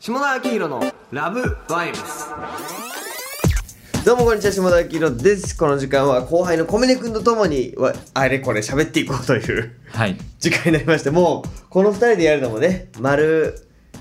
下田明宏のラブバイブス。 どうもこんにちは、下田明宏です。この時間は後輩の小峰くんとともにあれこれ喋っていこうという時間になりまして、もうこの2人でやるのもね、丸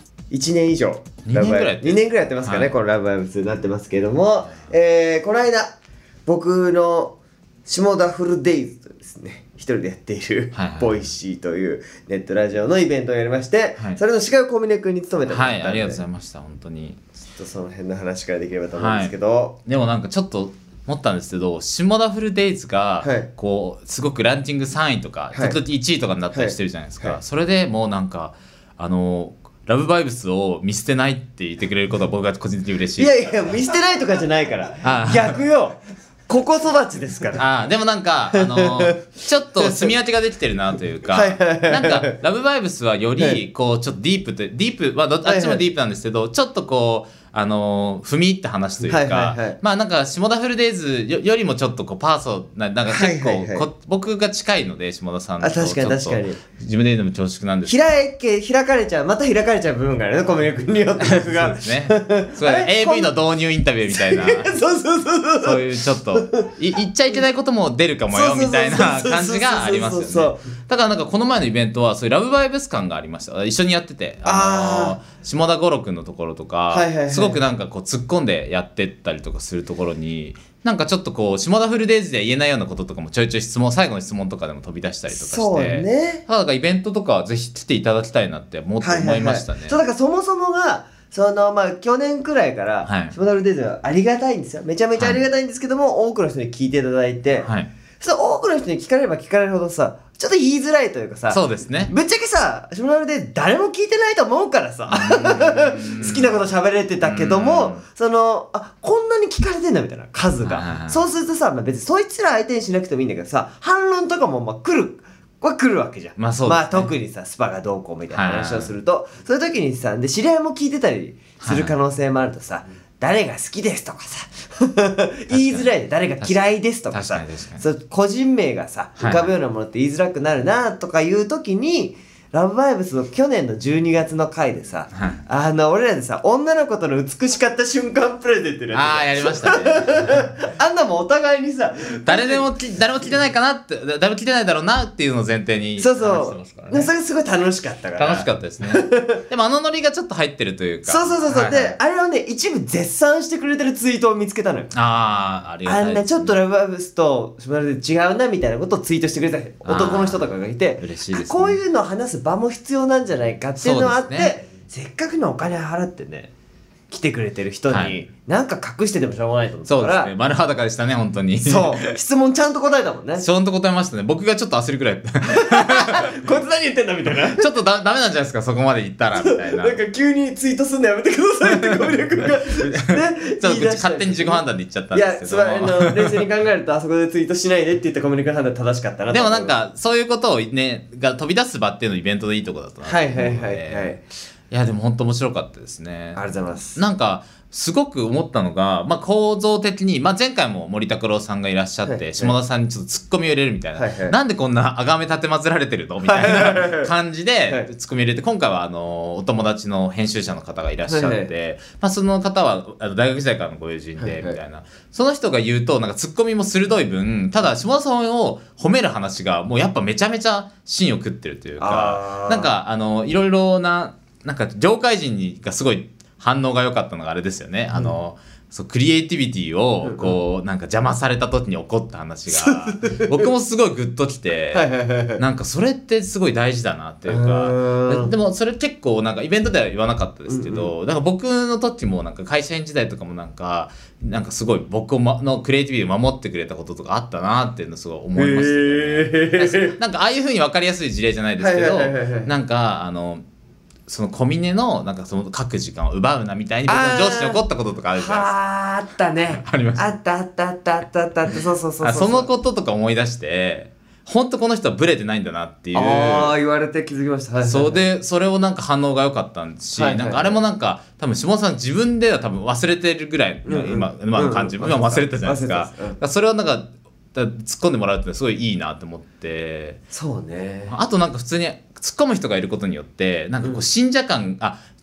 1年以上 2年ぐらいやってますからね、このラブバイブスになってますけれども、この間僕の下田フルデイズとですね、一人でやっているボイシーというネットラジオのイベントをやりまして、それの司会を小峰くんに務めてもらったので、 ありがとうございました。本当にちょっとその辺の話からできればと思うんですけど、 でもなんかちょっと思ったんですけど、下田フルデイズがこうすごくランキング3位とか、ちょっと1位とかになったりしてるじゃないですか、それでもうなんかラブバイブスを見捨てないって言ってくれることは僕は個人的に嬉しい。 いや見捨てないとかじゃないから逆よ、ここ育ちですから。 でもなんかちょっと住み分けができてるなというかなんかラブバイブスはよりこうちょっとディープはあっちもディープなんですけど、ちょっとこう踏み入った話というか、まあなんか下田フルデイズ よりもちょっとこうパーソなんか結構、僕が近いので下田さんと確かに自分で言うのも恐縮なんですけど、開かれちゃう部分があるね、小峰君によって僕が。 そうですね。すごい AV の導入インタビューみたいなそういうちょっと言っちゃいけないことも出るかもよみたいな感じがありますよね。だからなんかこの前のイベントはそういうラブバイブス感がありました。一緒にやってて下田五郎君のところとか、すごくなんかこう突っ込んでやってったりとかするところに、なんかちょっとこう下田フルデイズでは言えないようなこととかもちょいちょい最後の質問とかでも飛び出したりとかして、 そうね、 だからイベントとかはぜひ来ていただきたいなって思いましたね。 そうだからそもそもが去年くらいから下田フルデイズはありがたいんですよ、めちゃめちゃありがたいんですけども、多くの人に聞いていただいて、多くの人に聞かれれば聞かれるほどさ、ちょっと言いづらいというかさ、 そうですね、 ぶっちゃけさ、下田フルデイズ誰も聞いてないと思うからさ好きなこと喋れてたけども、こんなに聞かれてんだみたいな数が、そうするとさ、別にそいつら相手にしなくてもいいんだけどさ、反論とかも来るわけじゃん。 そうですね、 特にさ、スパがどうこうみたいな話をすると、そういう時にさ、で知り合いも聞いてたりする可能性もあるとさ、誰が好きですとかさ言いづらいで、誰が嫌いですとかさ、個人名がさ浮かぶようなものって言いづらくなるなとかいう時に、ラブバイブスの去年の12月の回でさ、俺らでさ、女の子との美しかった瞬間プレゼントやりましたねあんなもんお互いにさ、 誰も聞いてないかなって、誰も聞いてないだろうなっていうのを前提に話してますからね。 それすごい楽しかったから。 楽しかったですねでもノリがちょっと入ってるというか、 で、あれをね、一部絶賛してくれてるツイートを見つけたのよ。 ありがたいですね。 あんなちょっとラブバイブスと下田で違うなみたいなことをツイートしてくれた男の人とかがいて、 嬉しいですね。 こういうのを話す場も必要なんじゃないかっていうのがあって、せっかくのお金払ってね来てくれてる人になんか隠しててもしょうがないと思ったから、 そうですね、丸裸でしたね本当に。 そう質問ちゃんと答えたもんね。 ちゃんと答えましたね。僕がちょっと焦るくらいこいつ何言ってんだみたいなちょっとダメなんじゃないですか、そこまで言ったらみたいななんか急にツイートすんのやめてくださいって小峰君がねちょっと勝手に自己判断で言っちゃったんですけど、 冷静に考えるとあそこでツイートしないでって言った小峰君の判断正しかったなと。 でもなんかそういうことをねが飛び出す場っていうのイベントでいいとこだったなと思うので、いやでも本当面白かったですね。 ありがとうございます。 なんかすごく思ったのが、構造的に、前回も森拓郎さんがいらっしゃって、下田さんにちょっとツッコミを入れるみたいな、なんでこんなあがめ立てまつられてるのみたいな感じでツッコミを入れて、今回はお友達の編集者の方がいらっしゃって、その方は大学時代からのご友人でみたいな、その人が言うとなんかツッコミも鋭い分、ただ下田さんを褒める話がもうやっぱめちゃめちゃ芯を食ってるというか、なんかいろいろななんか業界人がすごい反応が良かったのがあれですよね、そうクリエイティビティをこうなんか邪魔された時に起こった話が僕もすごいグッときてなんかそれってすごい大事だなっていうか、でもそれ結構なんかイベントでは言わなかったですけど、なんか僕の時もなんか会社員時代とかもなんかすごい僕のクリエイティビティを守ってくれたこととかあったなっていうのをすごい思いましたね。なんかああいう風に分かりやすい事例じゃないですけど、なんかその小峰のなんかその書く時間を奪うなみたいに僕の上司に怒ったこととかあるじゃないですか。 あったね。 ありました。 あったそうそのこととか思い出して、本当この人はブレてないんだなっていう。 言われて気づきました。 そうで、それをなんか反応が良かったんですし、なんかあれもなんか多分下田さん自分では多分忘れてるぐらい、今の感じ、今忘れたじゃないですか。それをなんか突っ込んでもらうってすごいいいなと思って。 そうね。 あとなんか普通に突っ込む人がいることによってなんかこう信者感、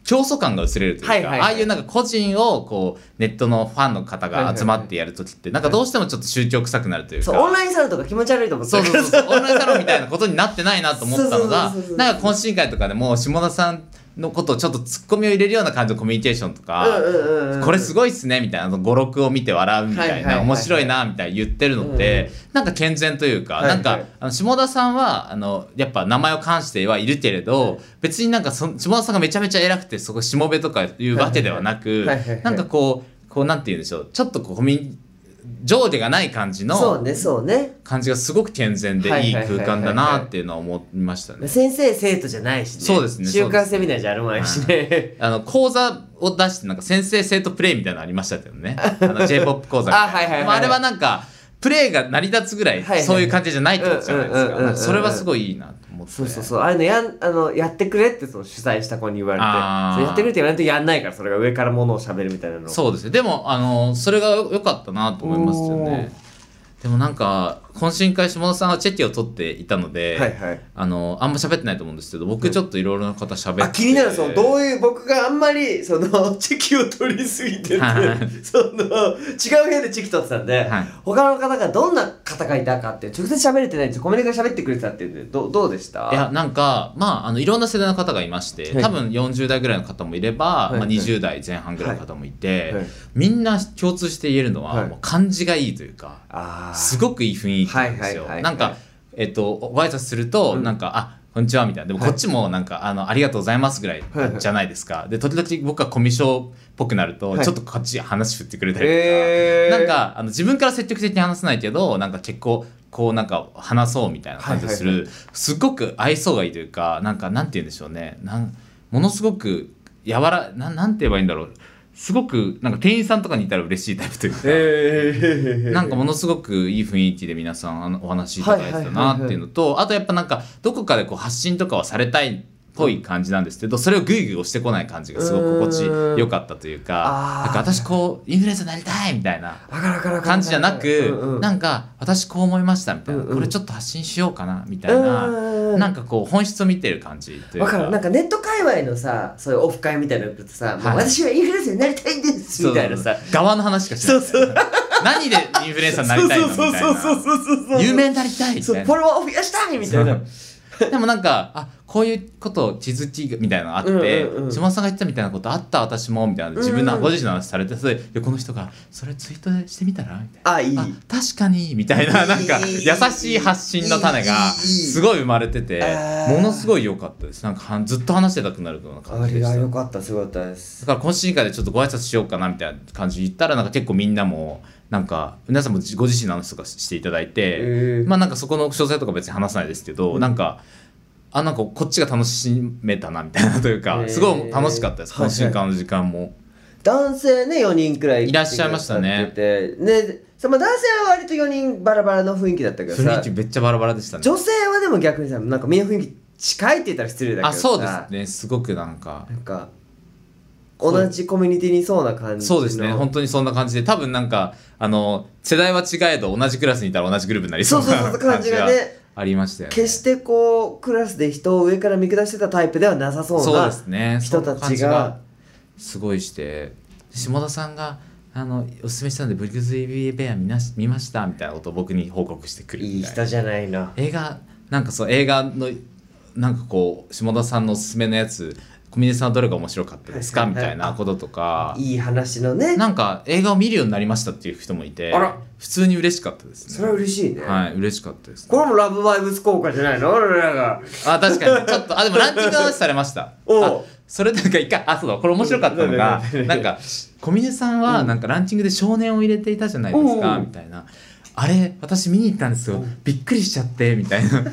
競争感が薄れるというか、 はいはいはい、 ああいうなんか個人をこうネットのファンの方が集まってやるときってなんかどうしてもちょっと宗教臭くなるというか、 そうオンラインサロンとか気持ち悪いと思ってそうオンラインサロンみたいなことになってないなと思ったのがなんか懇親会とかでも下田さんのことをちょっとツッコミを入れるような感じのコミュニケーションとか、これすごいっすねみたいな語録を見て笑うみたいな、面白いなみたいな言ってるのって、なんか健全というか、なんか下田さんはやっぱ名前を冠してはいるけれど、別になんか下田さんがめちゃめちゃ偉くてそこしもべとかいうわけではなく、なんかこうなんて言うんでしょう、ちょっとこう上下がない感じの感じがすごく健全でいい空間だなっていうのは思いましたね。 先生生徒じゃないしね。そうですね。週刊セミナーじゃあるまいしね。 講座を出してなんか先生生徒プレイみたいなのありましたけどね。J-POP 講座みたいな。あれはなんかプレイが成り立つぐらいそういう感じじゃないってことじゃないですか。それはすごいいいなと思って。 そうああいうのやってくれってその主催した子に言われて、それやってくれって言われるとやんないから、それが上からものを喋るみたいなの。 そうですね。でもそれが良かったなと思いますよね。でもなんか懇親会下田さんはチェキを取っていたので、あんま喋ってないと思うんですけど、僕ちょっといろいろな方喋って、 気になる、そのどういう、僕があんまりそのチェキを取りすぎてて、その違う部屋でチェキ取ってたんで、他の方がどんな方がいたかって直接喋れてないんですよ。コメントが喋ってくれてたっていうんで、どうでした？ いやなんかいろんな世代の方がいまして、多分40代ぐらいの方もいれば、20代前半ぐらいの方もいて、みんな共通して言えるのは、もう感じがいいというか、すごくいい雰囲気なんですよ。なんかご挨拶するとなんかこんにちはみたいな。でもこっちもなんかありがとうございますぐらいじゃないですか。で時々僕がコミュ障っぽくなるとちょっとこっち話振ってくれたりとか、なんか自分から積極的に話さないけどなんか結構こうなんか話そうみたいな感じする、すごく愛想がいいというか、なんかなんて言うんでしょうね、ものすごくなんて言えばいいんだろう、すごくなんか店員さんとかにいたら嬉しいタイプというか、なんかものすごくいい雰囲気で皆さんお話しいただいてたなっていうのと、あとやっぱなんかどこかでこう発信とかはされたいっぽい感じなんですけど、それをグイグイ押してこない感じがすごく心地よかったというか、なんか私こうインフルエンサーになりたいみたいな感じじゃなく、なんか私こう思いましたみたいな、これちょっと発信しようかなみたいな、なんかこう本質を見てる感じというか。 わかる。なんかネット界隈のさ、そういうオフ会みたいなのとさ、私はインフルエンサーになりたいんですみたいなさ、 側の話しかしない。何でインフルエンサーになりたいのみたいな、有名になりたいみたいな、 フォロワーを増やしたいみたいな。 でもなんかこういうことを気づきみたいなのがあって、下田さんが言ってたみたいなことあった私もみたいな、自分のご自身の話されて、それでこの人がそれツイートしてみたらみたいな、確かにみたいな、なんか優しい発信の種がすごい生まれてて、ものすごい良かったです。なんかずっと話してたくなるような感じでした。 あれが良かった、すごかったです。 だから懇親会でちょっとご挨拶しようかなみたいな感じで言ったら、なんか結構みんなもなんか皆さんもご自身の話とかしていただいて、なんかそこの詳細とか別に話さないですけど、なんかなんかこっちが楽しめたなみたいなというか、すごい楽しかったです。懇親会の時間も男性ね4人くらいいらっしゃいましたね。 で男性は割と4人バラバラの雰囲気だったけどさ、 雰囲気めっちゃバラバラでしたね。 女性はでも逆にさ、なんかみんな雰囲気近いって言ったら失礼だけどさ、 そうですね、すごくなんか同じコミュニティにいそうな感じの。 そうですね、本当にそんな感じで、多分なんか世代は違えど同じクラスにいたら同じグループになりそうな感じがありましたよね。 決してこうクラスで人を上から見下してたタイプではなさそうな人たちがすごいして、下田さんがおすすめしたのでブリグズイビーベア見ましたみたいなことを僕に報告してくるみたいな。 いい人じゃないの。 映画のなんかこう下田さんのおすすめのやつ、小峰さんはどれが面白かったですかみたいなこととか、 いい話のね、 なんか映画を見るようになりましたっていう人もいて、普通に嬉しかったですね。 それは嬉しいね。 はい、嬉しかったです、ね。 これもラブバイブス効果じゃないの俺らが。 確かにちょっとでもランチングの話されました。それなんか一回そうだ、これ面白かったのがなんか小峰さんはなんかランチングで少年を入れていたじゃないですかみたいな、あれ私見に行ったんですよ、びっくりしちゃってみたいな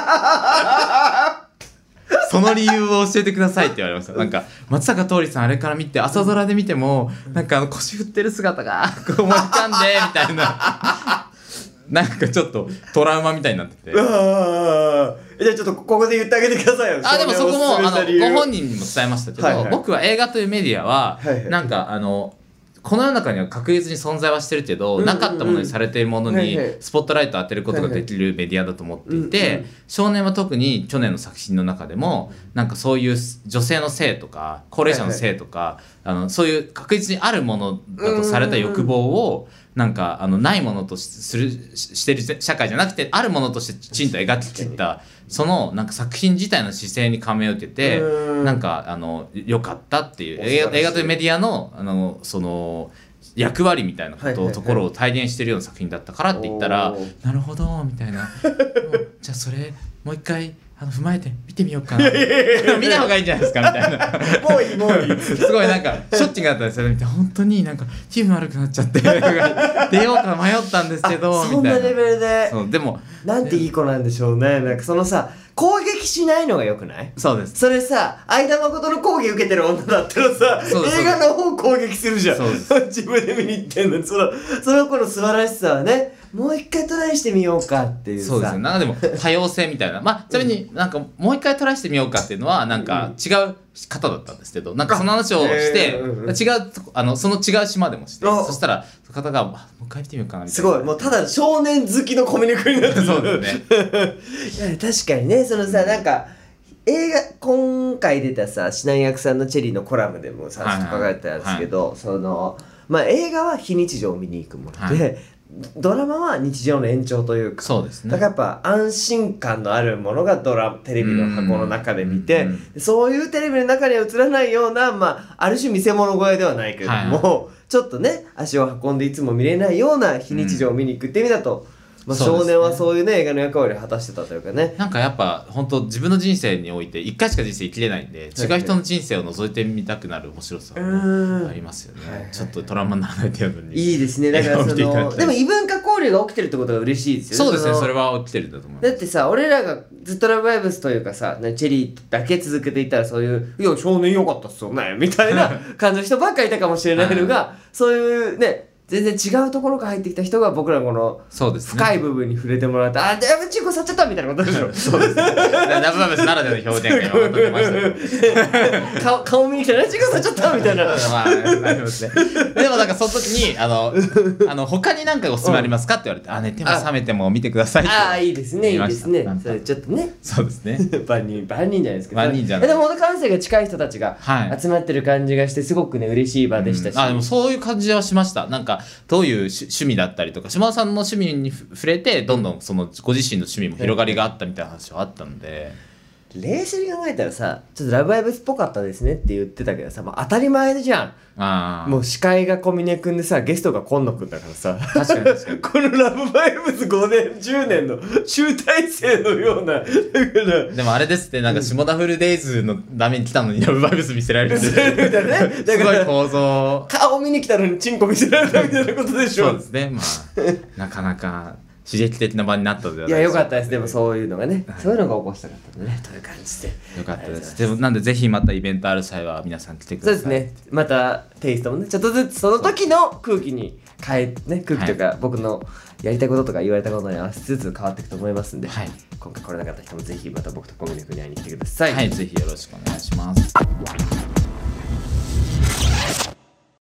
その理由を教えてくださいって言われました。なんか松坂桃李さんあれから見て、朝ドラで見てもなんか腰振ってる姿がこう思い浮かんでみたいななんかちょっとトラウマみたいになってて、じゃあちょっとここで言ってあげてくださいよ。 でもそこもご本人にも伝えましたけど、僕は映画というメディアは、なんかこの世の中には確実に存在はしてるけど、なかったものにされているものにスポットライトを当てることができるメディアだと思っていて、少年は特に去年の作品の中でもなんかそういう女性の性とか高齢者の性とか、そういう確実にあるものだとされた欲望をなんかないものとしてる社会じゃなくて、あるものとしてきちんと描き切ったそのなんか作品自体の姿勢に感銘を受けて、なんか良かったっていう映画というメディアのその役割みたいなところを体現してるような作品だったからって言ったら、なるほどみたいなじゃあそれもう一回踏まえて見てみようかな見ない方がいいんじゃないですかみたいなもういいもういいすごいなんかショッキングだったんですよね。本当になんか気分悪くなっちゃって出ようか迷ったんですけどみたいな。 そんなレベルで。 そうでもなんていい子なんでしょうね。なんかそのさ、攻撃しないのが良くない？ そうです。 それさ、相田誠の攻撃受けてる女だったらさ、映画の方攻撃するじゃん。自分で見に行ってんのに、その子の素晴らしさはね、もう一回トライしてみようかっていうさ。 そうですね。なんかでも多様性みたいな、ちなみになんかもう一回トライしてみようかっていうのはなんか違う方だったんですけど、なんかその話をして、違うその違う島でもして、そしたらその方がもう一回見てみようかなみたいな。 すごい、もうただ少年好きのコミュニクになってそうですね。 いや確かにね、そのさ、なんか映画今回出たさ指南役さんのチェリーのコラムでもさ書かれてたんですけど、その映画は非日常を見に行くもので、ドラマは日常の延長というか、 そうですね。 だからやっぱ安心感のあるものがテレビの箱の中で見て、そういうテレビの中には映らないような、ある種見せ物小屋ではないけれども、ちょっとね足を運んでいつも見れないような非日常を見に行くって意味だと、少年はそういうね映画の役割を果たしてたというかね。 なんかやっぱ本当自分の人生において一回しか人生生きれないんで、違う人の人生を覗いてみたくなる面白さありますよね。ちょっとトラウマにならない程度にいいですね。だからでも異文化交流が起きてるってことが嬉しいですよね。 そうですね。それは起きてるんだと思います。 だってさ、俺らがずっとラブバイブスというかさ、チェリーだけ続けていたらそういういや少年良かったっすよねみたいな感じの人ばっかりいたかもしれないのが、そういうね全然違うところから入ってきた人が僕らこの深い部分に触れてもらって、あ、やべチンコ触っちゃったみたいなことでしょ。そうですね。 ラブバイブスならではの表現が分かってましたけど顔見に来たらチンコ触っちゃったみたいな。 ありますね。でもなんかその時に他に何かおすすめありますかって言われて、寝ても覚めても見てくださいって。 ああいいですねいいですね。それちょっとね。 そうですね。 万人じゃないですけど。 万人じゃない。 でも感性が近い人たちが集まってる感じがしてすごくね嬉しい場でしたし。 でもそういう感じはしました。なんかどういう趣味だったりとか、島田さんの趣味に触れてどんどんそのご自身の趣味も広がりがあったみたいな話はあったので、 冷静に考えたらさ、ちょっとラブバイブスっぽかったですねって言ってたけどさ、当たり前じゃん。もう司会が小峰くんでさ、ゲストが今野くんだからさ、 確かに確かにこのラブバイブス5年10年の集大成のような。 でもあれですって、なんか下田フルデイズのために来たのにラブバイブス見せられるってすごい構造。 顔見に来たのにチンコ見せられたみたいなことでしょ。 そうですね。なかなか刺激的な場になったのではないいや良かったです。でもそういうのがね、そういうのが起こしたかったのねという感じでよかったです。でもなんでぜひまたイベントある際は皆さん来てください。 そうですね。またテイストもねちょっとずつその時の空気に変えね、空気とか僕のやりたいこととか言われたことに合わせつつ変わっていくと思いますんで、今回来れなかった人もぜひまた僕とコミュニケーションに会いに来てください。 はい、ぜひよろしくお願いします。